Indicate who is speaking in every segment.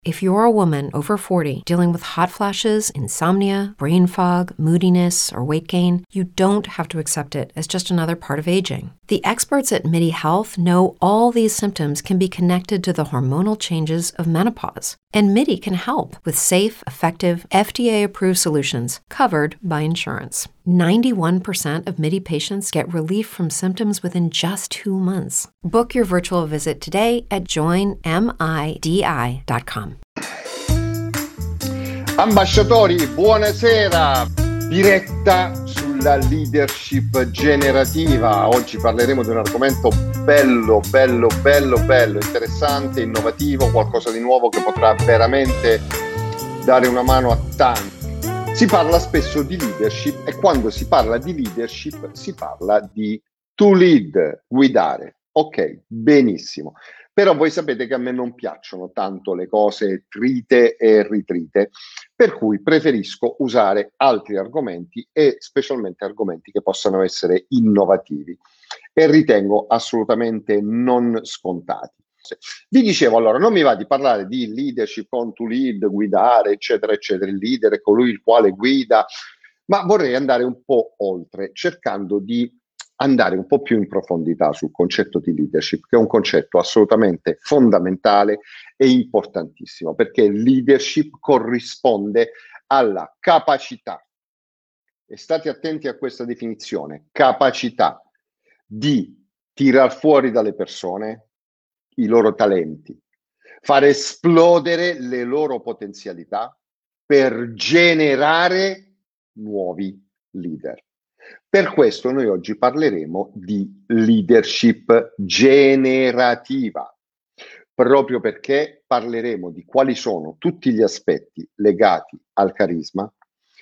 Speaker 1: If you're a woman over 40 dealing with hot flashes, insomnia, brain fog, moodiness, or weight gain, you don't have to accept it as just another part of aging. The experts at MIDI Health know all these symptoms can be connected to the hormonal changes of menopause. And MIDI can help with safe, effective, FDA-approved solutions covered by insurance. 91% of MIDI patients get relief from symptoms within just 2 months. Book your virtual visit today at joinmidi.com.
Speaker 2: Ambasciatori, buonasera! Diretta sulla leadership generativa. Oggi parleremo di un argomento bello, interessante, innovativo, qualcosa di nuovo che potrà veramente dare una mano a tanti. Si parla spesso di leadership e quando si parla di leadership si parla di to lead, guidare. Ok, benissimo. Però voi sapete che a me non piacciono tanto le cose trite e ritrite, per cui preferisco usare altri argomenti e specialmente argomenti che possano essere innovativi e ritengo assolutamente non scontati. Vi dicevo allora, non mi va di parlare di leadership on to lead, guidare, eccetera, eccetera. Il leader è colui il quale guida, ma vorrei andare un po' oltre, cercando di andare un po' più in profondità sul concetto di leadership, che è un concetto assolutamente fondamentale e importantissimo, perché leadership corrisponde alla capacità, e state attenti a questa definizione, capacità di tirar fuori dalle persone i loro talenti, far esplodere le loro potenzialità per generare nuovi leader. Per questo noi oggi parleremo di leadership generativa, proprio perché parleremo di quali sono tutti gli aspetti legati al carisma,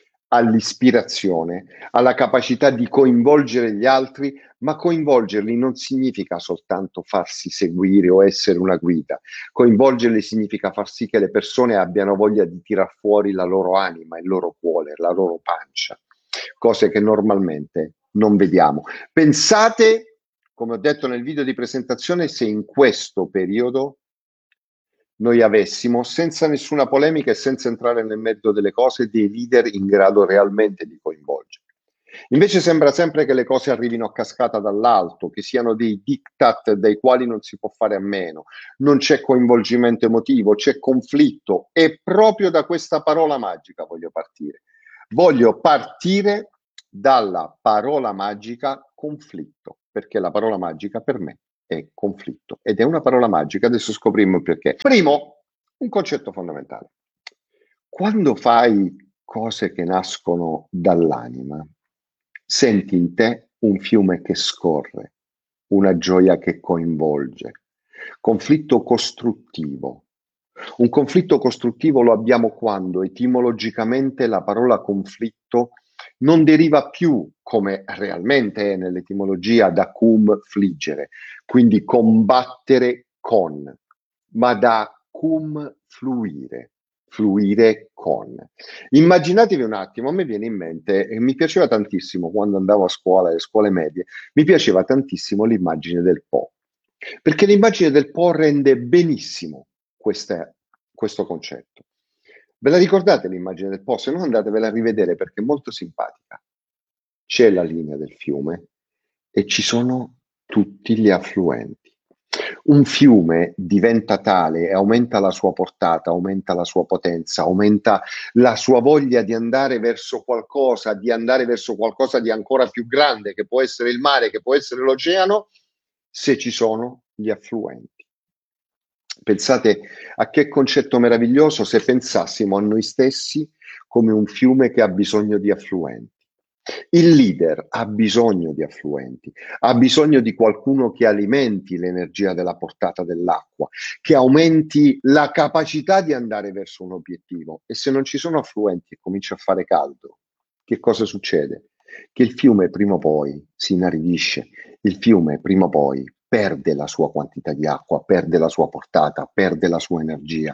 Speaker 2: all'ispirazione, alla capacità di coinvolgere gli altri, ma coinvolgerli non significa soltanto farsi seguire o essere una guida. Coinvolgerli significa far sì che le persone abbiano voglia di tirar fuori la loro anima, il loro cuore, la loro pancia, cose che normalmente non vediamo. Pensate, come ho detto nel video di presentazione, se in questo periodo noi avessimo, senza nessuna polemica e senza entrare nel merito delle cose, dei leader in grado realmente di coinvolgere. Invece sembra sempre che le cose arrivino a cascata dall'alto, che siano dei diktat dai quali non si può fare a meno, non c'è coinvolgimento emotivo, c'è conflitto, e proprio da questa parola magica voglio partire. Voglio partire dalla parola magica conflitto, perché la parola magica per me è conflitto ed è una parola magica, adesso scopriremo perché. Primo, un concetto fondamentale. Quando fai cose che nascono dall'anima, senti in te un fiume che scorre, una gioia che coinvolge. Conflitto costruttivo. Un conflitto costruttivo lo abbiamo quando etimologicamente la parola conflitto non deriva più, come realmente è nell'etimologia, da cum fliggere, quindi combattere con, ma da cum fluire, fluire con. Immaginatevi un attimo, a me viene in mente, e mi piaceva tantissimo quando andavo a scuola, alle scuole medie, mi piaceva tantissimo l'immagine del Po, perché l'immagine del Po rende benissimo questo concetto. Ve la ricordate l'immagine del Po? Se no andatevela a rivedere perché è molto simpatica. C'è la linea del fiume e ci sono tutti gli affluenti. Un fiume diventa tale e aumenta la sua portata, aumenta la sua potenza, aumenta la sua voglia di andare verso qualcosa, di ancora più grande, che può essere il mare, che può essere l'oceano, se ci sono gli affluenti. Pensate a che concetto meraviglioso se pensassimo a noi stessi come un fiume che ha bisogno di affluenti. Il leader ha bisogno di affluenti, ha bisogno di qualcuno che alimenti l'energia della portata dell'acqua, che aumenti la capacità di andare verso un obiettivo. E se non ci sono affluenti e comincia a fare caldo, che cosa succede? Che il fiume prima o poi si inaridisce, il fiume prima o poi perde la sua quantità di acqua, perde la sua portata, perde la sua energia.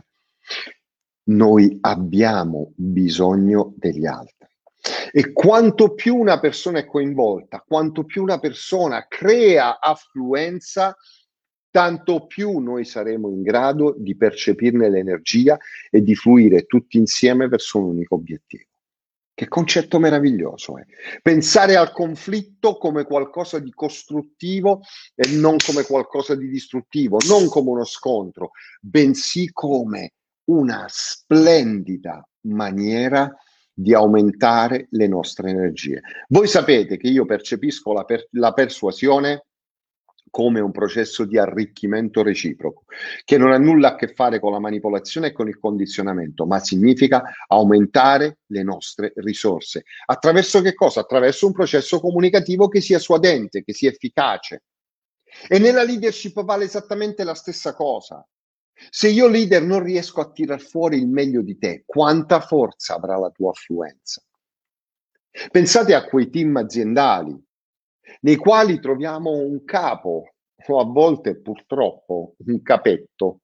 Speaker 2: Noi abbiamo bisogno degli altri. E quanto più una persona è coinvolta, quanto più una persona crea affluenza, tanto più noi saremo in grado di percepirne l'energia e di fluire tutti insieme verso un unico obiettivo. Che concetto meraviglioso è. Pensare al conflitto come qualcosa di costruttivo e non come qualcosa di distruttivo, non come uno scontro, bensì come una splendida maniera di aumentare le nostre energie. Voi sapete che io percepisco la persuasione come un processo di arricchimento reciproco, che non ha nulla a che fare con la manipolazione e con il condizionamento, ma significa aumentare le nostre risorse. Attraverso che cosa? Attraverso un processo comunicativo che sia suadente, che sia efficace. E nella leadership vale esattamente la stessa cosa. Se io leader non riesco a tirar fuori il meglio di te, quanta forza avrà la tua affluenza? Pensate a quei team aziendali nei quali troviamo un capo o a volte purtroppo un capetto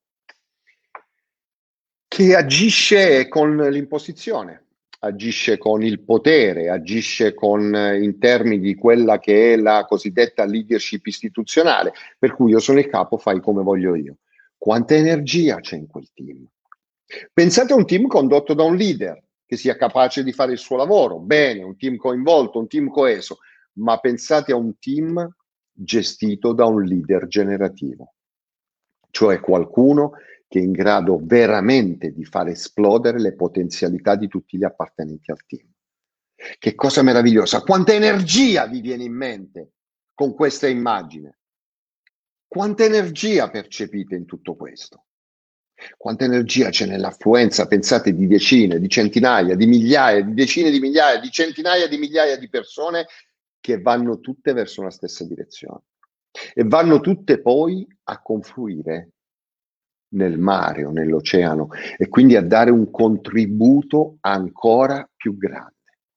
Speaker 2: che agisce con l'imposizione, agisce con il potere, agisce in termini di quella che è la cosiddetta leadership istituzionale, per cui io sono il capo, fai come voglio io. Quanta energia c'è in quel team? Pensate a un team condotto da un leader che sia capace di fare il suo lavoro, bene, un team coinvolto, un team coeso, ma pensate a un team gestito da un leader generativo, cioè qualcuno che è in grado veramente di far esplodere le potenzialità di tutti gli appartenenti al team. Che cosa meravigliosa! Quanta energia vi viene in mente con questa immagine? Quanta energia percepite in tutto questo? Quanta energia c'è nell'affluenza, pensate, di decine, di centinaia, di migliaia, di decine di migliaia, di centinaia di migliaia di persone che vanno tutte verso la stessa direzione e vanno tutte poi a confluire nel mare o nell'oceano e quindi a dare un contributo ancora più grande.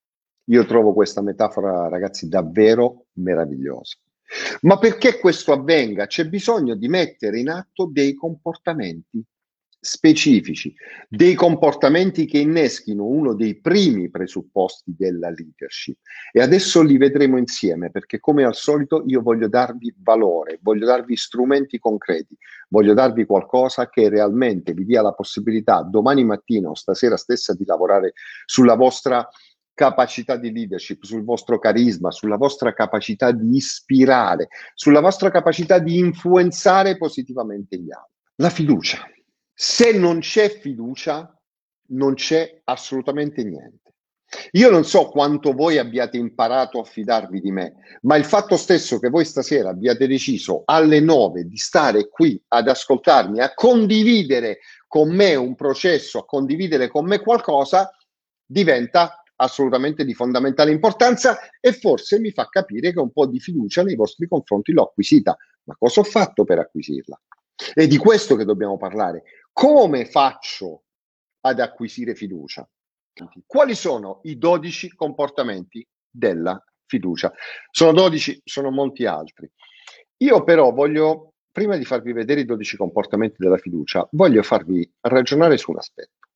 Speaker 2: Io trovo questa metafora, ragazzi, davvero meravigliosa. Ma perché questo avvenga? C'è bisogno di mettere in atto dei comportamenti specifici, dei comportamenti che inneschino uno dei primi presupposti della leadership. E adesso li vedremo insieme, perché come al solito io voglio darvi valore, voglio darvi strumenti concreti, voglio darvi qualcosa che realmente vi dia la possibilità domani mattina o stasera stessa di lavorare sulla vostra capacità di leadership, sul vostro carisma, sulla vostra capacità di ispirare, sulla vostra capacità di influenzare positivamente gli altri. La fiducia. Se non c'è fiducia, non c'è assolutamente niente. Io non so quanto voi abbiate imparato a fidarvi di me, ma il fatto stesso che voi stasera abbiate deciso alle 9 di stare qui ad ascoltarmi, a condividere con me un processo, a condividere con me qualcosa, diventa assolutamente di fondamentale importanza e forse mi fa capire che un po' di fiducia nei vostri confronti l'ho acquisita. Ma cosa ho fatto per acquisirla? È di questo che dobbiamo parlare. Come faccio ad acquisire fiducia? Quali sono i 12 comportamenti della fiducia? Sono 12, sono molti altri. Io però voglio, prima di farvi vedere i 12 comportamenti della fiducia, voglio farvi ragionare su un aspetto,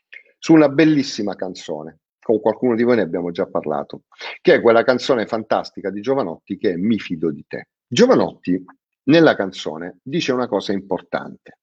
Speaker 2: su una bellissima canzone. Con qualcuno di voi ne abbiamo già parlato, che è quella canzone fantastica di Jovanotti che è Mi fido di te. Jovanotti nella canzone dice una cosa importante.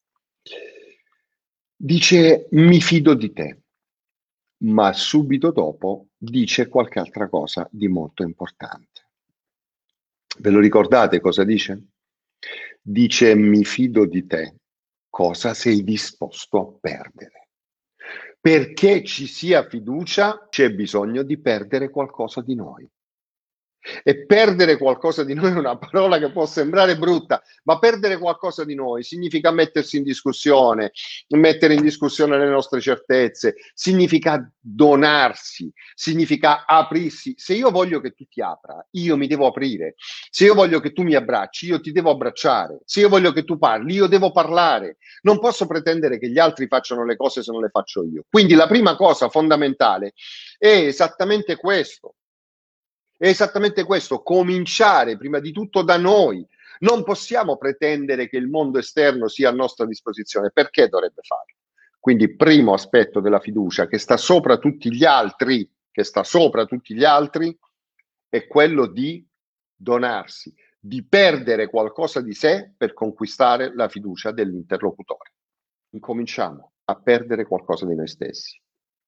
Speaker 2: Dice mi fido di te, ma subito dopo dice qualche altra cosa di molto importante. Ve lo ricordate cosa dice? Dice mi fido di te, cosa sei disposto a perdere? Perché ci sia fiducia c'è bisogno di perdere qualcosa di noi. E perdere qualcosa di noi è una parola che può sembrare brutta, ma perdere qualcosa di noi significa mettersi in discussione, mettere in discussione le nostre certezze, significa donarsi, significa aprirsi. Se io voglio che tu ti apra, io mi devo aprire. Se io voglio che tu mi abbracci, io ti devo abbracciare. Se io voglio che tu parli, io devo parlare. Non posso pretendere che gli altri facciano le cose se non le faccio io. Quindi la prima cosa fondamentale è esattamente questo. È esattamente questo, cominciare prima di tutto da noi. Non possiamo pretendere che il mondo esterno sia a nostra disposizione. Perché dovrebbe farlo? Quindi, primo aspetto della fiducia che sta sopra tutti gli altri, è quello di donarsi, di perdere qualcosa di sé per conquistare la fiducia dell'interlocutore. Incominciamo a perdere qualcosa di noi stessi.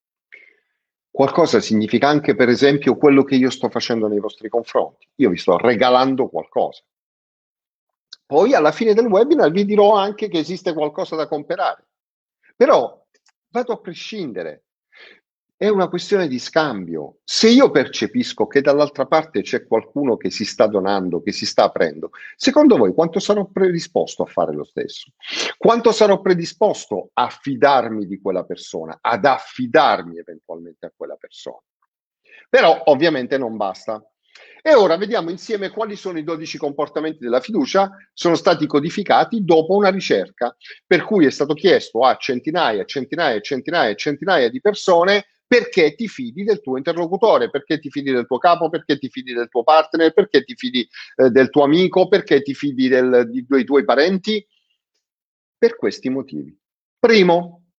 Speaker 2: Qualcosa significa anche, per esempio, quello che io sto facendo nei vostri confronti. Io vi sto regalando qualcosa. Poi alla fine del webinar vi dirò anche che esiste qualcosa da comprare. Però vado a prescindere. È una questione di scambio. Se io percepisco che dall'altra parte c'è qualcuno che si sta donando, che si sta aprendo, secondo voi quanto sarò predisposto a fare lo stesso? Quanto sarò predisposto a fidarmi di quella persona, ad affidarmi eventualmente a quella persona? Però ovviamente non basta. E ora vediamo insieme quali sono i 12 comportamenti della fiducia. Sono stati codificati dopo una ricerca per cui è stato chiesto a centinaia, centinaia, centinaia, centinaia di persone perché ti fidi del tuo interlocutore, perché ti fidi del tuo capo, perché ti fidi del tuo partner, perché ti fidi del tuo amico, perché ti fidi dei tuoi parenti. Per questi motivi. Primo,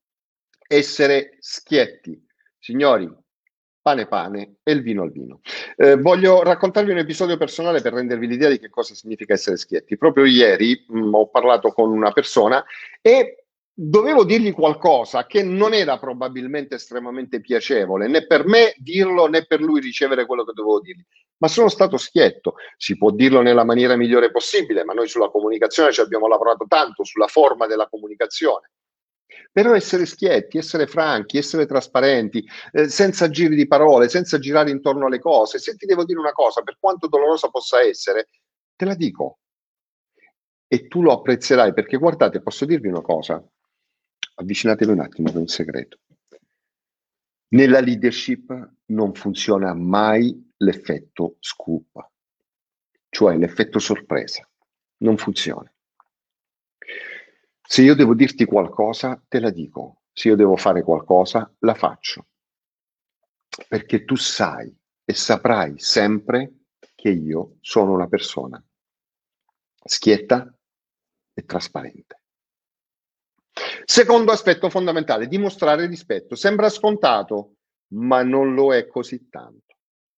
Speaker 2: essere schietti. Signori, pane pane e il vino al vino. Voglio raccontarvi un episodio personale per rendervi l'idea di che cosa significa essere schietti. Proprio ieri ho parlato con una persona e dovevo dirgli qualcosa che non era probabilmente estremamente piacevole, né per me dirlo né per lui ricevere quello che dovevo dirgli. Ma sono stato schietto. Si può dirlo nella maniera migliore possibile, ma noi sulla comunicazione ci abbiamo lavorato tanto, sulla forma della comunicazione. Però essere schietti, essere franchi, essere trasparenti, senza giri di parole, senza girare intorno alle cose. Se ti devo dire una cosa, per quanto dolorosa possa essere, te la dico. E tu lo apprezzerai, perché guardate, posso dirvi una cosa? Avvicinatevi un attimo, che è un segreto. Nella leadership non funziona mai l'effetto scoop, cioè l'effetto sorpresa. Non funziona. Se io devo dirti qualcosa, te la dico. Se io devo fare qualcosa, la faccio. Perché tu sai e saprai sempre che io sono una persona schietta e trasparente. Secondo aspetto fondamentale, dimostrare rispetto. Sembra scontato, ma non lo è così tanto.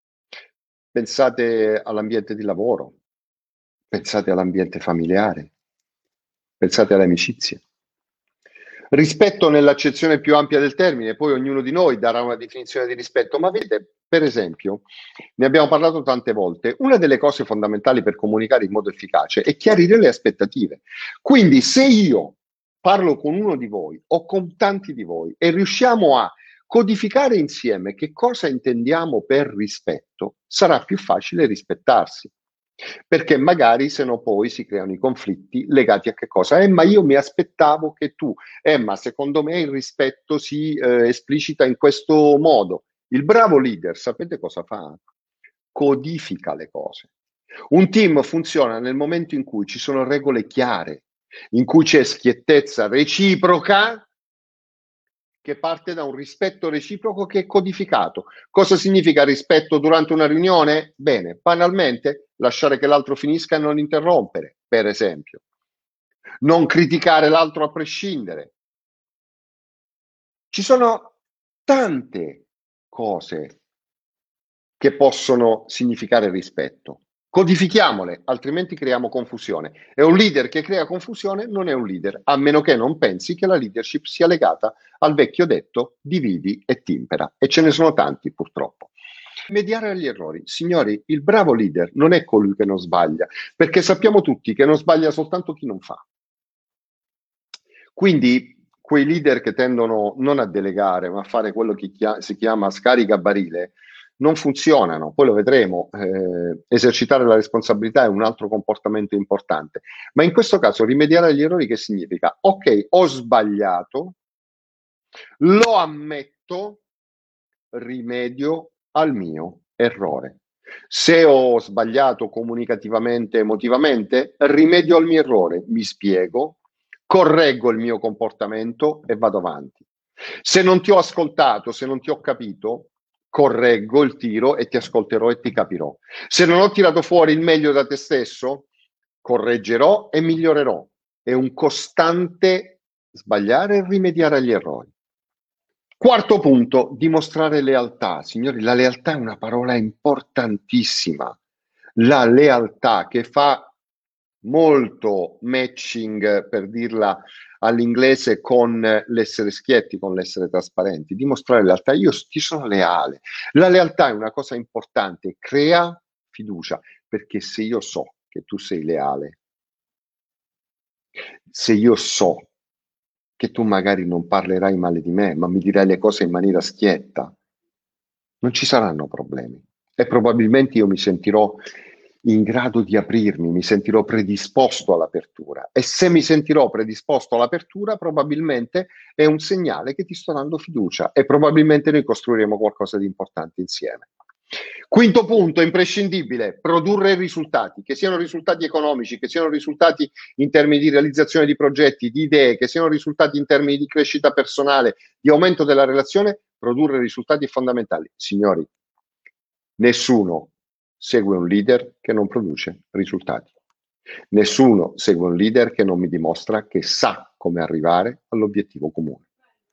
Speaker 2: Pensate all'ambiente di lavoro, pensate all'ambiente familiare, pensate alle amicizie. Rispetto nell'accezione più ampia del termine, poi ognuno di noi darà una definizione di rispetto, ma vedete, per esempio, ne abbiamo parlato tante volte, una delle cose fondamentali per comunicare in modo efficace è chiarire le aspettative. Quindi se io parlo con uno di voi o con tanti di voi e riusciamo a codificare insieme che cosa intendiamo per rispetto, sarà più facile rispettarsi. Perché magari se no poi si creano i conflitti legati a che cosa? Ma io mi aspettavo che tu, ma secondo me il rispetto si esplicita in questo modo. Il bravo leader, sapete cosa fa? Codifica le cose. Un team funziona nel momento in cui ci sono regole chiare, in cui c'è schiettezza reciproca, che parte da un rispetto reciproco che è codificato. Cosa significa rispetto durante una riunione? Bene, banalmente lasciare che l'altro finisca e non interrompere, per esempio. Non criticare l'altro a prescindere. Ci sono tante cose che possono significare rispetto. Codifichiamole, altrimenti creiamo confusione. E un leader che crea confusione non è un leader, a meno che non pensi che la leadership sia legata al vecchio detto dividi e timpera. E ce ne sono tanti, purtroppo. Mediare agli errori. Signori, il bravo leader non è colui che non sbaglia, perché sappiamo tutti che non sbaglia soltanto chi non fa. Quindi quei leader che tendono non a delegare, ma a fare quello che si chiama scaricabarile, non funzionano, poi lo vedremo. Esercitare la responsabilità è un altro comportamento importante, ma in questo caso rimediare agli errori che significa? Ok, ho sbagliato, lo ammetto, rimedio al mio errore. Se ho sbagliato comunicativamente, emotivamente, rimedio al mio errore, mi spiego, correggo il mio comportamento e vado avanti. Se non ti ho ascoltato, se non ti ho capito, correggo il tiro e ti ascolterò e ti capirò. Se non ho tirato fuori il meglio da te stesso, correggerò e migliorerò. È un costante sbagliare e rimediare agli errori. Quarto punto, dimostrare lealtà. Signori, la lealtà è una parola importantissima. la lealtà, che fa molto matching, per dirla all'inglese, con l'essere schietti, con l'essere trasparenti, dimostrare lealtà. Io ti sono leale. La lealtà è una cosa importante, crea fiducia, perché se io so che tu sei leale, se io so che tu magari non parlerai male di me, ma mi dirai le cose in maniera schietta, non ci saranno problemi e probabilmente io mi sentirò in grado di aprirmi, mi sentirò predisposto all'apertura e se mi sentirò predisposto all'apertura probabilmente è un segnale che ti sto dando fiducia e probabilmente noi costruiremo qualcosa di importante insieme. Quinto punto, imprescindibile, produrre risultati, che siano risultati economici, che siano risultati in termini di realizzazione di progetti, di idee, che siano risultati in termini di crescita personale, di aumento della relazione, produrre risultati fondamentali. Signori, nessuno segue un leader che non produce risultati. Nessuno segue un leader che non mi dimostra che sa come arrivare all'obiettivo comune.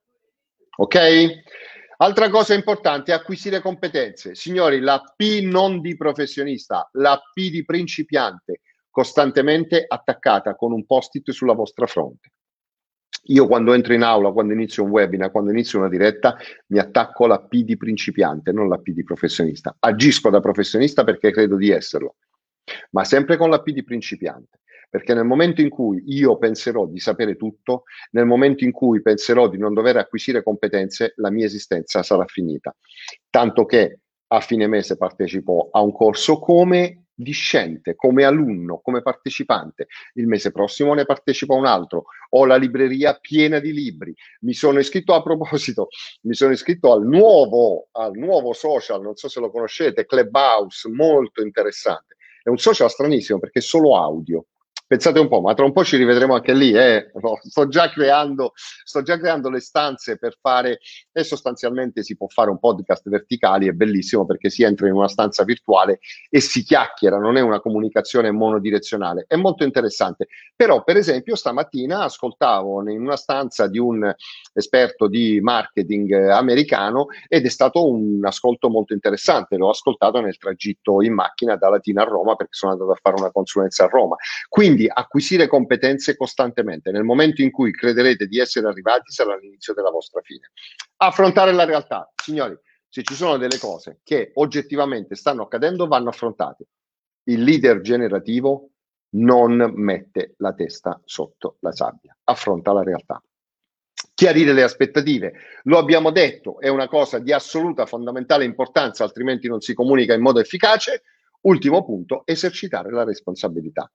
Speaker 2: Ok? Altra cosa importante, acquisire competenze. Signori, la P non di professionista, la P di principiante, costantemente attaccata con un post-it sulla vostra fronte. Io quando entro in aula, quando inizio un webinar, quando inizio una diretta, mi attacco alla P di principiante, non la P di professionista. Agisco da professionista perché credo di esserlo, ma sempre con la P di principiante. Perché nel momento in cui io penserò di sapere tutto, nel momento in cui penserò di non dover acquisire competenze, la mia esistenza sarà finita. Tanto che a fine mese partecipo a un corso come discente, come alunno, come partecipante. Il mese prossimo ne partecipo a un altro. Ho la libreria piena di libri. Mi sono iscritto, a proposito, mi sono iscritto al nuovo social, non so se lo conoscete, Clubhouse, molto interessante. È un social stranissimo perché è solo audio. Pensate un po', ma tra un po' ci rivedremo anche lì, no, sto già creando le stanze per fare, e sostanzialmente si può fare un podcast verticali, è bellissimo perché si entra in una stanza virtuale e si chiacchiera, non è una comunicazione monodirezionale, è molto interessante. Però, per esempio, stamattina ascoltavo in una stanza di un esperto di marketing americano ed è stato un ascolto molto interessante, l'ho ascoltato nel tragitto in macchina da Latina a Roma perché sono andato a fare una consulenza a Roma. Quindi acquisire competenze costantemente. Nel momento in cui crederete di essere arrivati sarà l'inizio della vostra fine. Affrontare la realtà. Signori, se ci sono delle cose che oggettivamente stanno accadendo, vanno affrontate. Il leader generativo non mette la testa sotto la sabbia, affronta la realtà. Chiarire le aspettative, lo abbiamo detto, è una cosa di assoluta fondamentale importanza, altrimenti non si comunica in modo efficace. Ultimo punto, esercitare la responsabilità.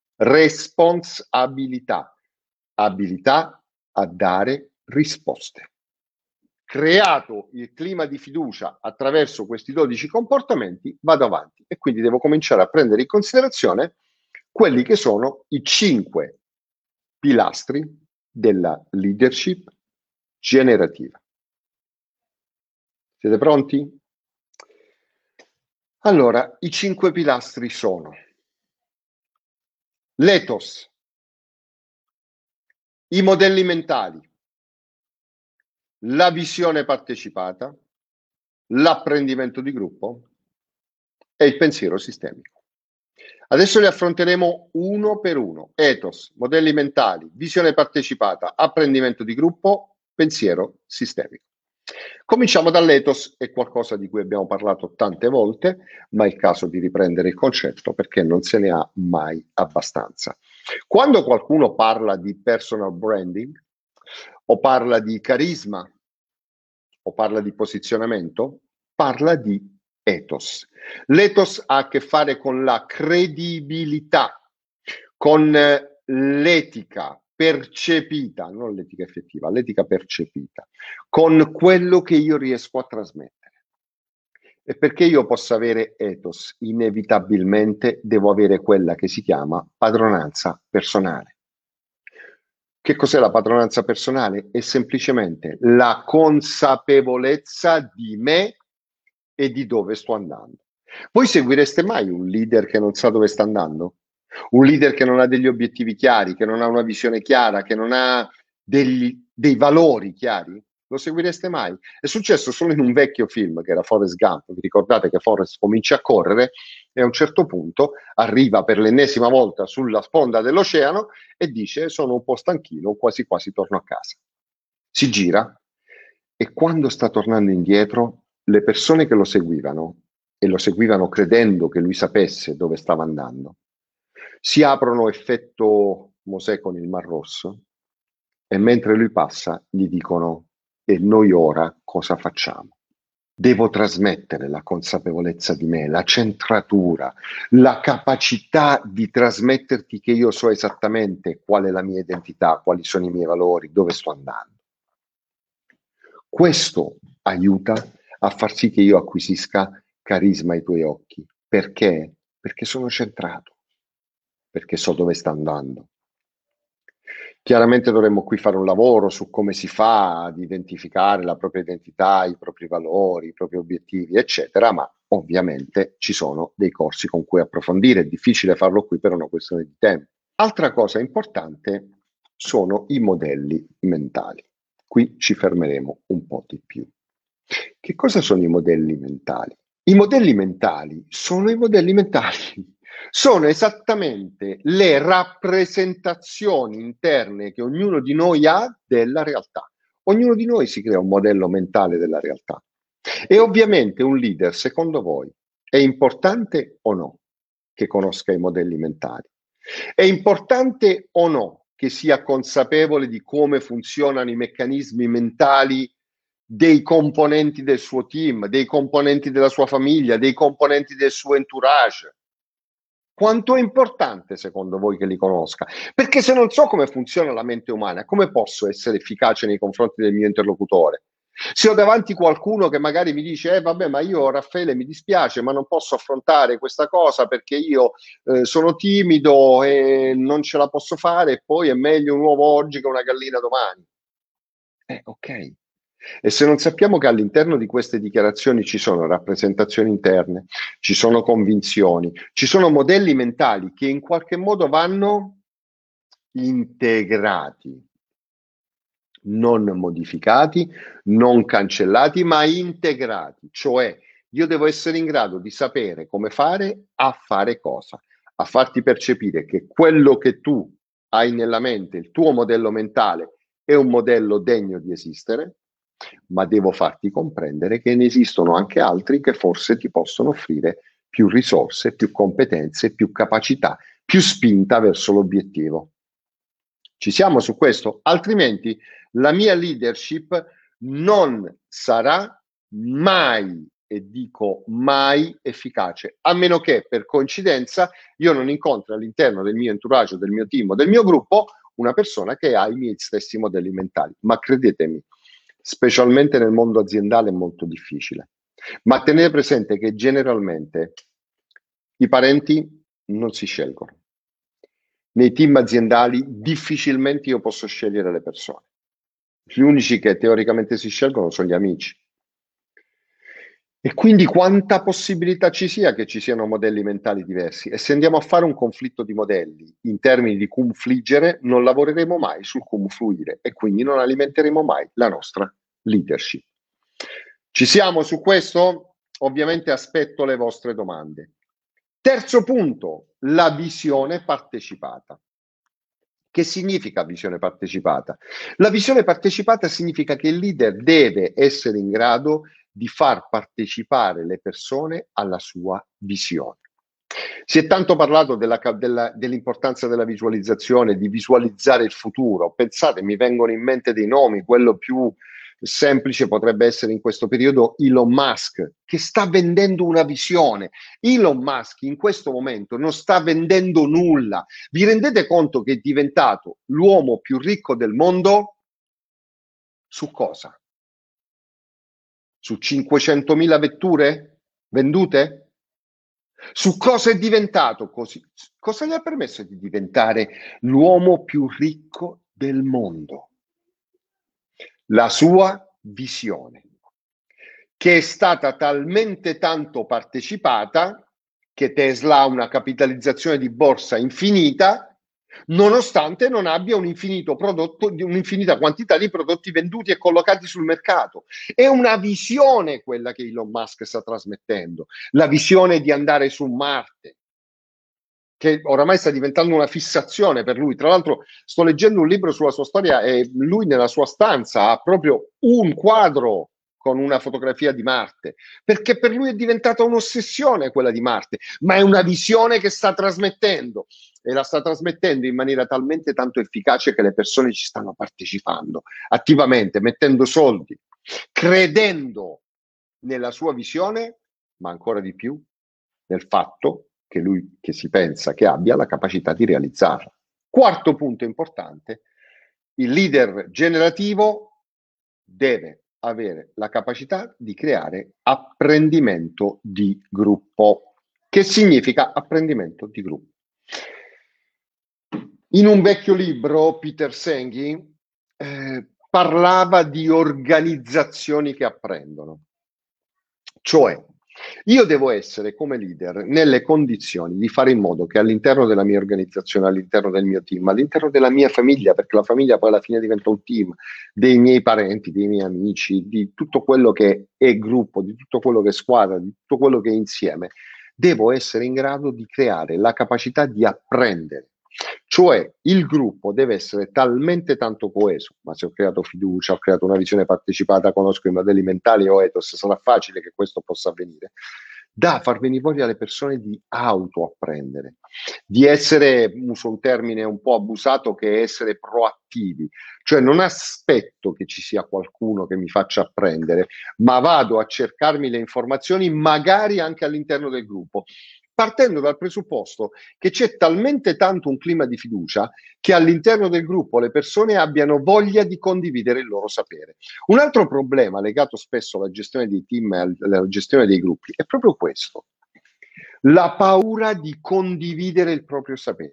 Speaker 2: Responsabilità, abilità a dare risposte. Creato il clima di fiducia attraverso questi 12 comportamenti, vado avanti e quindi devo cominciare a prendere in considerazione quelli che sono i 5 pilastri della leadership generativa. Siete pronti? Allora, i 5 pilastri sono l'ethos, i modelli mentali, la visione partecipata, l'apprendimento di gruppo e il pensiero sistemico. Adesso li affronteremo uno per uno. Ethos, modelli mentali, visione partecipata, apprendimento di gruppo, pensiero sistemico. Cominciamo dall'ethos, è qualcosa di cui abbiamo parlato tante volte, ma è il caso di riprendere il concetto perché non se ne ha mai abbastanza. Quando qualcuno parla di personal branding o parla di carisma o parla di posizionamento, parla di ethos. L'ethos ha a che fare con la credibilità, con l'etica percepita, non l'etica effettiva, l'etica percepita, con quello che io riesco a trasmettere. E perché io possa avere ethos, inevitabilmente devo avere quella che si chiama padronanza personale. Che cos'è la padronanza personale? È semplicemente la consapevolezza di me e di dove sto andando. Voi seguireste mai un leader che non sa dove sta andando? Un leader che non ha degli obiettivi chiari, che non ha una visione chiara, che non ha dei valori chiari? Lo seguireste mai? È successo solo in un vecchio film che era Forrest Gump. Vi ricordate che Forrest comincia a correre e a un certo punto arriva per l'ennesima volta sulla sponda dell'oceano e dice: sono un po' stanchino, quasi quasi torno a casa. Si gira e quando sta tornando indietro, le persone che lo seguivano, e lo seguivano credendo che lui sapesse dove stava andando, si aprono effetto Mosè con il Mar Rosso e mentre lui passa gli dicono: e noi ora cosa facciamo? Devo trasmettere la consapevolezza di me, la centratura, la capacità di trasmetterti che io so esattamente qual è la mia identità, quali sono i miei valori, dove sto andando. Questo aiuta a far sì che io acquisisca carisma ai tuoi occhi. Perché? Perché sono centrato, perché so dove sta andando. Chiaramente dovremmo qui fare un lavoro su come si fa ad identificare la propria identità, i propri valori, i propri obiettivi, eccetera, ma ovviamente ci sono dei corsi con cui approfondire. È difficile farlo qui per una questione di tempo. Altra cosa importante sono i modelli mentali. Qui ci fermeremo un po' di più. Che cosa sono i modelli mentali? I modelli mentali sono i modelli mentali. Sono esattamente le rappresentazioni interne che ognuno di noi ha della realtà. Ognuno di noi si crea un modello mentale della realtà. E ovviamente un leader, secondo voi, è importante o no che conosca i modelli mentali? È importante o no che sia consapevole di come funzionano i meccanismi mentali dei componenti del suo team, dei componenti della sua famiglia, dei componenti del suo entourage? Quanto è importante secondo voi che li conosca? Perché se non so come funziona la mente umana, come posso essere efficace nei confronti del mio interlocutore? Se ho davanti qualcuno che magari mi dice: vabbè, ma io, Raffaele, mi dispiace, ma non posso affrontare questa cosa perché io sono timido e non ce la posso fare, e poi è meglio un uovo oggi che una gallina domani. Ok. E se non sappiamo che all'interno di queste dichiarazioni ci sono rappresentazioni interne, ci sono convinzioni, ci sono modelli mentali che in qualche modo vanno integrati, non modificati, non cancellati, ma integrati. Cioè, io devo essere in grado di sapere come fare a fare cosa, a farti percepire che quello che tu hai nella mente, il tuo modello mentale, è un modello degno di esistere, ma devo farti comprendere che ne esistono anche altri che forse ti possono offrire più risorse, più competenze, più capacità, più spinta verso l'obiettivo. Ci siamo su questo? Altrimenti la mia leadership non sarà mai, e dico mai, efficace, a meno che per coincidenza io non incontri all'interno del mio entourage, del mio team o del mio gruppo una persona che ha i miei stessi modelli mentali. Ma credetemi, specialmente nel mondo aziendale è molto difficile. Ma tenete presente che generalmente i parenti non si scelgono. Nei team aziendali difficilmente io posso scegliere le persone. Gli unici che teoricamente si scelgono sono gli amici. E quindi quanta possibilità ci sia che ci siano modelli mentali diversi. E se andiamo a fare un conflitto di modelli in termini di cum fliggere, non lavoreremo mai sul cum fluire e quindi non alimenteremo mai la nostra leadership. Ci siamo su questo? Ovviamente aspetto le vostre domande. Terzo punto, la visione partecipata. Che significa visione partecipata? La visione partecipata significa che il leader deve essere in grado di far partecipare le persone alla sua visione. Si è tanto parlato dell'importanza della visualizzazione, di visualizzare il futuro. Pensate, mi vengono in mente dei nomi, quello più semplice potrebbe essere in questo periodo Elon Musk, che sta vendendo una visione. Elon Musk in questo momento non sta vendendo nulla. Vi rendete conto che è diventato l'uomo più ricco del mondo? Su cosa? Su 500.000 vetture vendute? Su cosa è diventato così? Cosa gli ha permesso di diventare l'uomo più ricco del mondo? La sua visione, che è stata talmente tanto partecipata che Tesla ha una capitalizzazione di borsa infinita nonostante non abbia un infinito prodotto, un'infinita quantità di prodotti venduti e collocati sul mercato. È una visione quella che Elon Musk sta trasmettendo, la visione di andare su Marte, che oramai sta diventando una fissazione per lui. Tra l'altro sto leggendo un libro sulla sua storia e lui nella sua stanza ha proprio un quadro con una fotografia di Marte, perché per lui è diventata un'ossessione quella di Marte, ma è una visione che sta trasmettendo e la sta trasmettendo in maniera talmente tanto efficace che le persone ci stanno partecipando attivamente, mettendo soldi, credendo nella sua visione, ma ancora di più nel fatto che lui che si pensa che abbia la capacità di realizzarla. Quarto punto importante, il leader generativo deve avere la capacità di creare apprendimento di gruppo. Che significa apprendimento di gruppo? In un vecchio libro, Peter Senge parlava di organizzazioni che apprendono. Cioè, io devo essere come leader nelle condizioni di fare in modo che all'interno della mia organizzazione, all'interno del mio team, all'interno della mia famiglia, perché la famiglia poi alla fine diventa un team, dei miei parenti, dei miei amici, di tutto quello che è gruppo, di tutto quello che è squadra, di tutto quello che è insieme, devo essere in grado di creare la capacità di apprendere. Cioè il gruppo deve essere talmente tanto coeso, ma se ho creato fiducia, ho creato una visione partecipata, conosco i modelli mentali o ethos, sarà facile che questo possa avvenire, da far venire voglia alle persone di autoapprendere, di essere, uso un termine un po' abusato, che è essere proattivi, cioè non aspetto che ci sia qualcuno che mi faccia apprendere, ma vado a cercarmi le informazioni magari anche all'interno del gruppo, partendo dal presupposto che c'è talmente tanto un clima di fiducia che all'interno del gruppo le persone abbiano voglia di condividere il loro sapere. Un altro problema legato spesso alla gestione dei team e alla gestione dei gruppi è proprio questo: la paura di condividere il proprio sapere.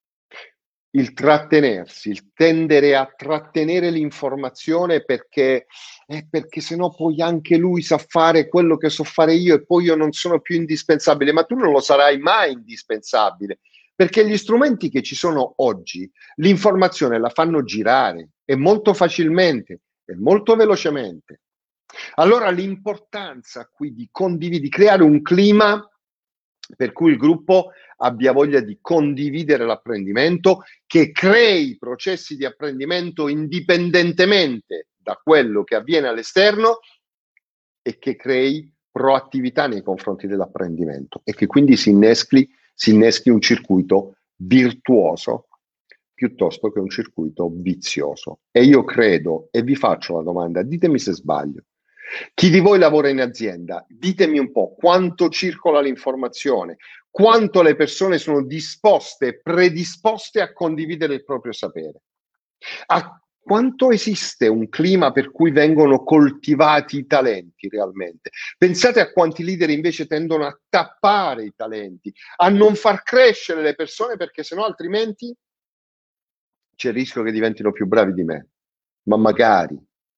Speaker 2: Il trattenersi, il tendere a trattenere l'informazione perché sennò poi anche lui sa fare quello che so fare io e poi io non sono più indispensabile, ma tu non lo sarai mai indispensabile, perché gli strumenti che ci sono oggi l'informazione la fanno girare e molto facilmente e molto velocemente. Allora l'importanza qui di condividere, di creare un clima per cui il gruppo abbia voglia di condividere l'apprendimento, che crei processi di apprendimento indipendentemente da quello che avviene all'esterno e che crei proattività nei confronti dell'apprendimento e che quindi si inneschi un circuito virtuoso piuttosto che un circuito vizioso. E io credo, e vi faccio la domanda, ditemi se sbaglio, chi di voi lavora in azienda, ditemi un po' quanto circola l'informazione, quanto le persone sono disposte, predisposte a condividere il proprio sapere. A quanto esiste un clima per cui vengono coltivati i talenti realmente? Pensate a quanti leader invece tendono a tappare i talenti, a non far crescere le persone perché sennò altrimenti c'è il rischio che diventino più bravi di me. Ma magari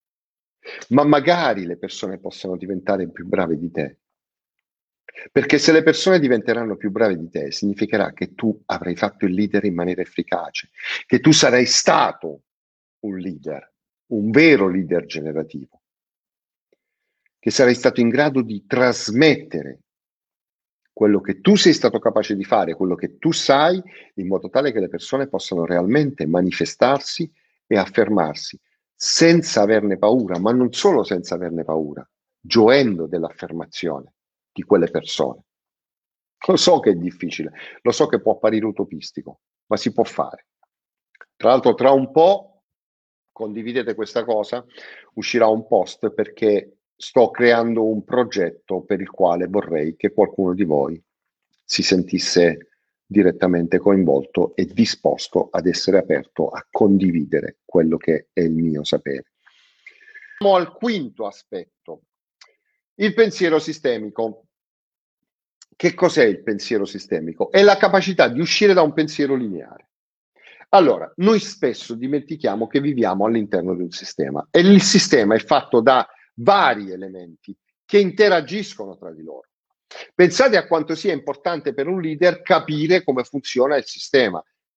Speaker 2: le persone possano diventare più brave di te. Perché se le persone diventeranno più brave di te, significherà che tu avrai fatto il leader in maniera efficace, che tu sarai stato un leader, un vero leader generativo, che sarai stato in grado di trasmettere quello che tu sei stato capace di fare, quello che tu sai, in modo tale che le persone possano realmente manifestarsi e affermarsi senza averne paura, ma non solo senza averne paura, gioendo dell'affermazione di quelle persone. Lo so che è difficile, lo so che può apparire utopistico, ma si può fare. Tra l'altro, tra un po', condividete questa cosa, uscirà un post perché sto creando un progetto per il quale vorrei che qualcuno di voi si sentisse direttamente coinvolto e disposto ad essere aperto a condividere quello che è il mio sapere. Andiamo al quinto aspetto, il pensiero sistemico. Che cos'è il pensiero sistemico? È la capacità di uscire da un pensiero lineare. Allora, noi spesso dimentichiamo che viviamo all'interno di un sistema e il sistema è fatto da vari elementi che interagiscono tra di loro. Pensate a quanto sia importante per un leader capire come funziona il sistema.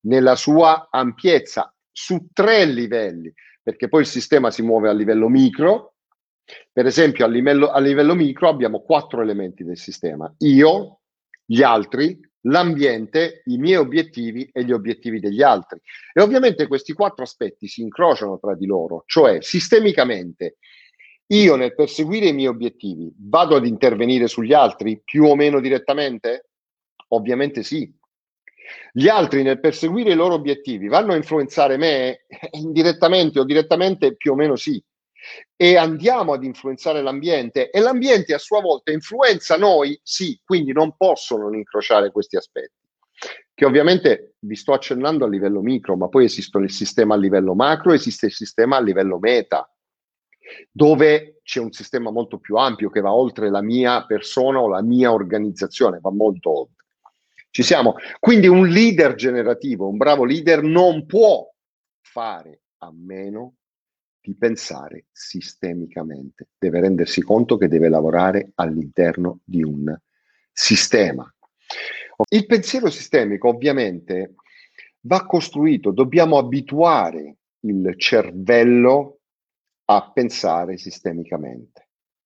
Speaker 2: nella sua ampiezza, su 3 livelli, perché poi il sistema si muove a livello micro. Per esempio, a livello micro abbiamo 4 elementi del sistema: io, gli altri, l'ambiente, i miei obiettivi e gli obiettivi degli altri. E ovviamente questi 4 aspetti si incrociano tra di loro, cioè sistemicamente io nel perseguire i miei obiettivi vado ad intervenire sugli altri più o meno direttamente? Ovviamente sì. Gli altri nel perseguire i loro obiettivi vanno a influenzare me? Indirettamente o direttamente più o meno sì. E andiamo ad influenzare l'ambiente e l'ambiente a sua volta influenza noi? Sì, quindi non possono non incrociare questi aspetti, che ovviamente vi sto accennando a livello micro, ma poi esiste il sistema a livello macro, esiste il sistema a livello meta, dove c'è un sistema molto più ampio che va oltre la mia persona o la mia organizzazione, va molto oltre. Ci siamo? Quindi un leader generativo, un bravo leader non può fare a meno di pensare sistemicamente, deve rendersi conto che deve lavorare all'interno di un sistema. Il pensiero sistemico ovviamente va costruito, dobbiamo abituare il cervello a pensare sistemicamente.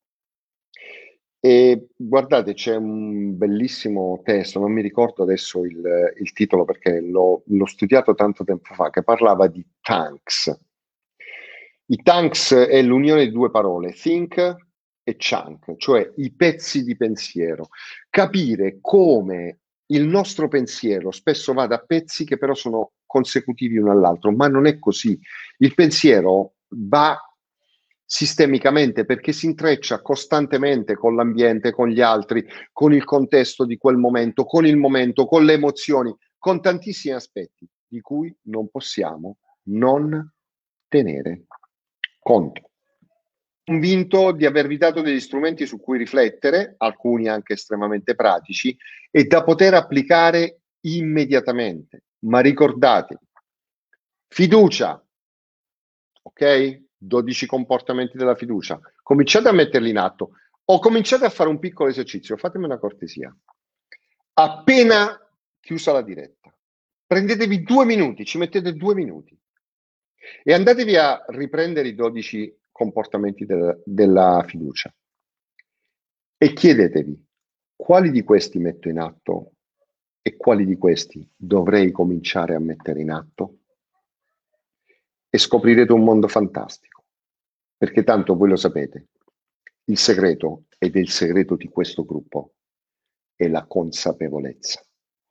Speaker 2: E guardate, c'è un bellissimo testo, non mi ricordo adesso il titolo perché l'ho studiato tanto tempo fa, che parlava di tanks. I tanks è l'unione di 2 parole, think e chunk, cioè i pezzi di pensiero. Capire come il nostro pensiero spesso vada a pezzi che però sono consecutivi uno all'altro, ma non è così. Il pensiero va sistemicamente perché si intreccia costantemente con l'ambiente, con gli altri, con il contesto di quel momento, con il momento, con le emozioni, con tantissimi aspetti di cui non possiamo non tenere conto. Convinto di avervi dato degli strumenti su cui riflettere, alcuni anche estremamente pratici, e da poter applicare immediatamente. Ma ricordatevi, fiducia, ok? 12 comportamenti della fiducia. Cominciate a metterli in atto o cominciate a fare un piccolo esercizio. Fatemi una cortesia. Appena chiusa la diretta, prendetevi 2 minuti, ci mettete 2 minuti e andatevi a riprendere i 12 comportamenti della fiducia e chiedetevi quali di questi metto in atto e quali di questi dovrei cominciare a mettere in atto, e scoprirete un mondo fantastico, perché tanto voi lo sapete, il segreto, ed è il segreto di questo gruppo, è la consapevolezza.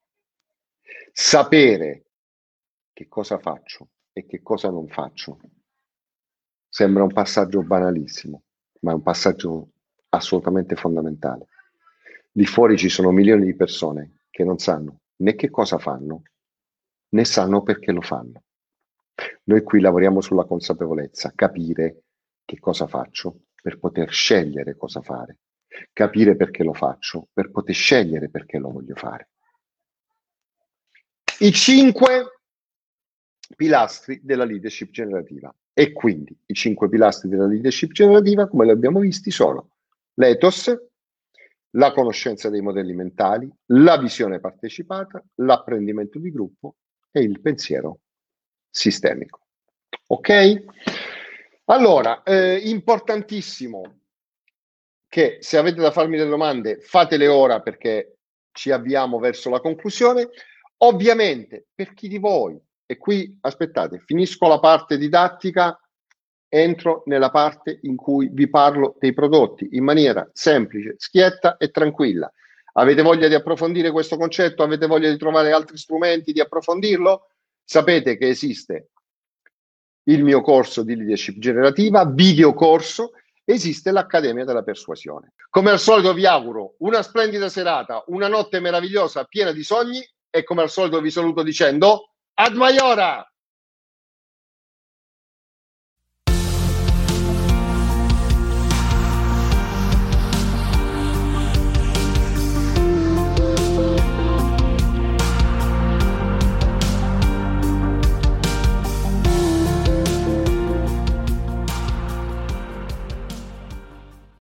Speaker 2: Sapere che cosa faccio e che cosa non faccio sembra un passaggio banalissimo, ma è un passaggio assolutamente fondamentale. Lì fuori ci sono milioni di persone che non sanno né che cosa fanno, né sanno perché lo fanno. Noi qui lavoriamo sulla consapevolezza, capire che cosa faccio per poter scegliere cosa fare, capire perché lo faccio per poter scegliere perché lo voglio fare. I 5 pilastri della leadership generativa. E quindi i 5 pilastri della leadership generativa, come li abbiamo visti, sono l'ethos, la conoscenza dei modelli mentali, la visione partecipata, l'apprendimento di gruppo e il pensiero sistemico. Ok? Allora, importantissimo che se avete da farmi delle domande fatele ora, perché ci avviamo verso la conclusione. Ovviamente, per chi di voi, e qui aspettate, finisco la parte didattica, entro nella parte in cui vi parlo dei prodotti in maniera semplice, schietta e tranquilla. Avete voglia di approfondire questo concetto? Avete voglia di trovare altri strumenti, di approfondirlo? Sapete che esiste il mio corso di leadership generativa, videocorso, esiste l'Accademia della Persuasione. Come al solito vi auguro una splendida serata, una notte meravigliosa piena di sogni, e come al solito vi saluto dicendo ad Maiora!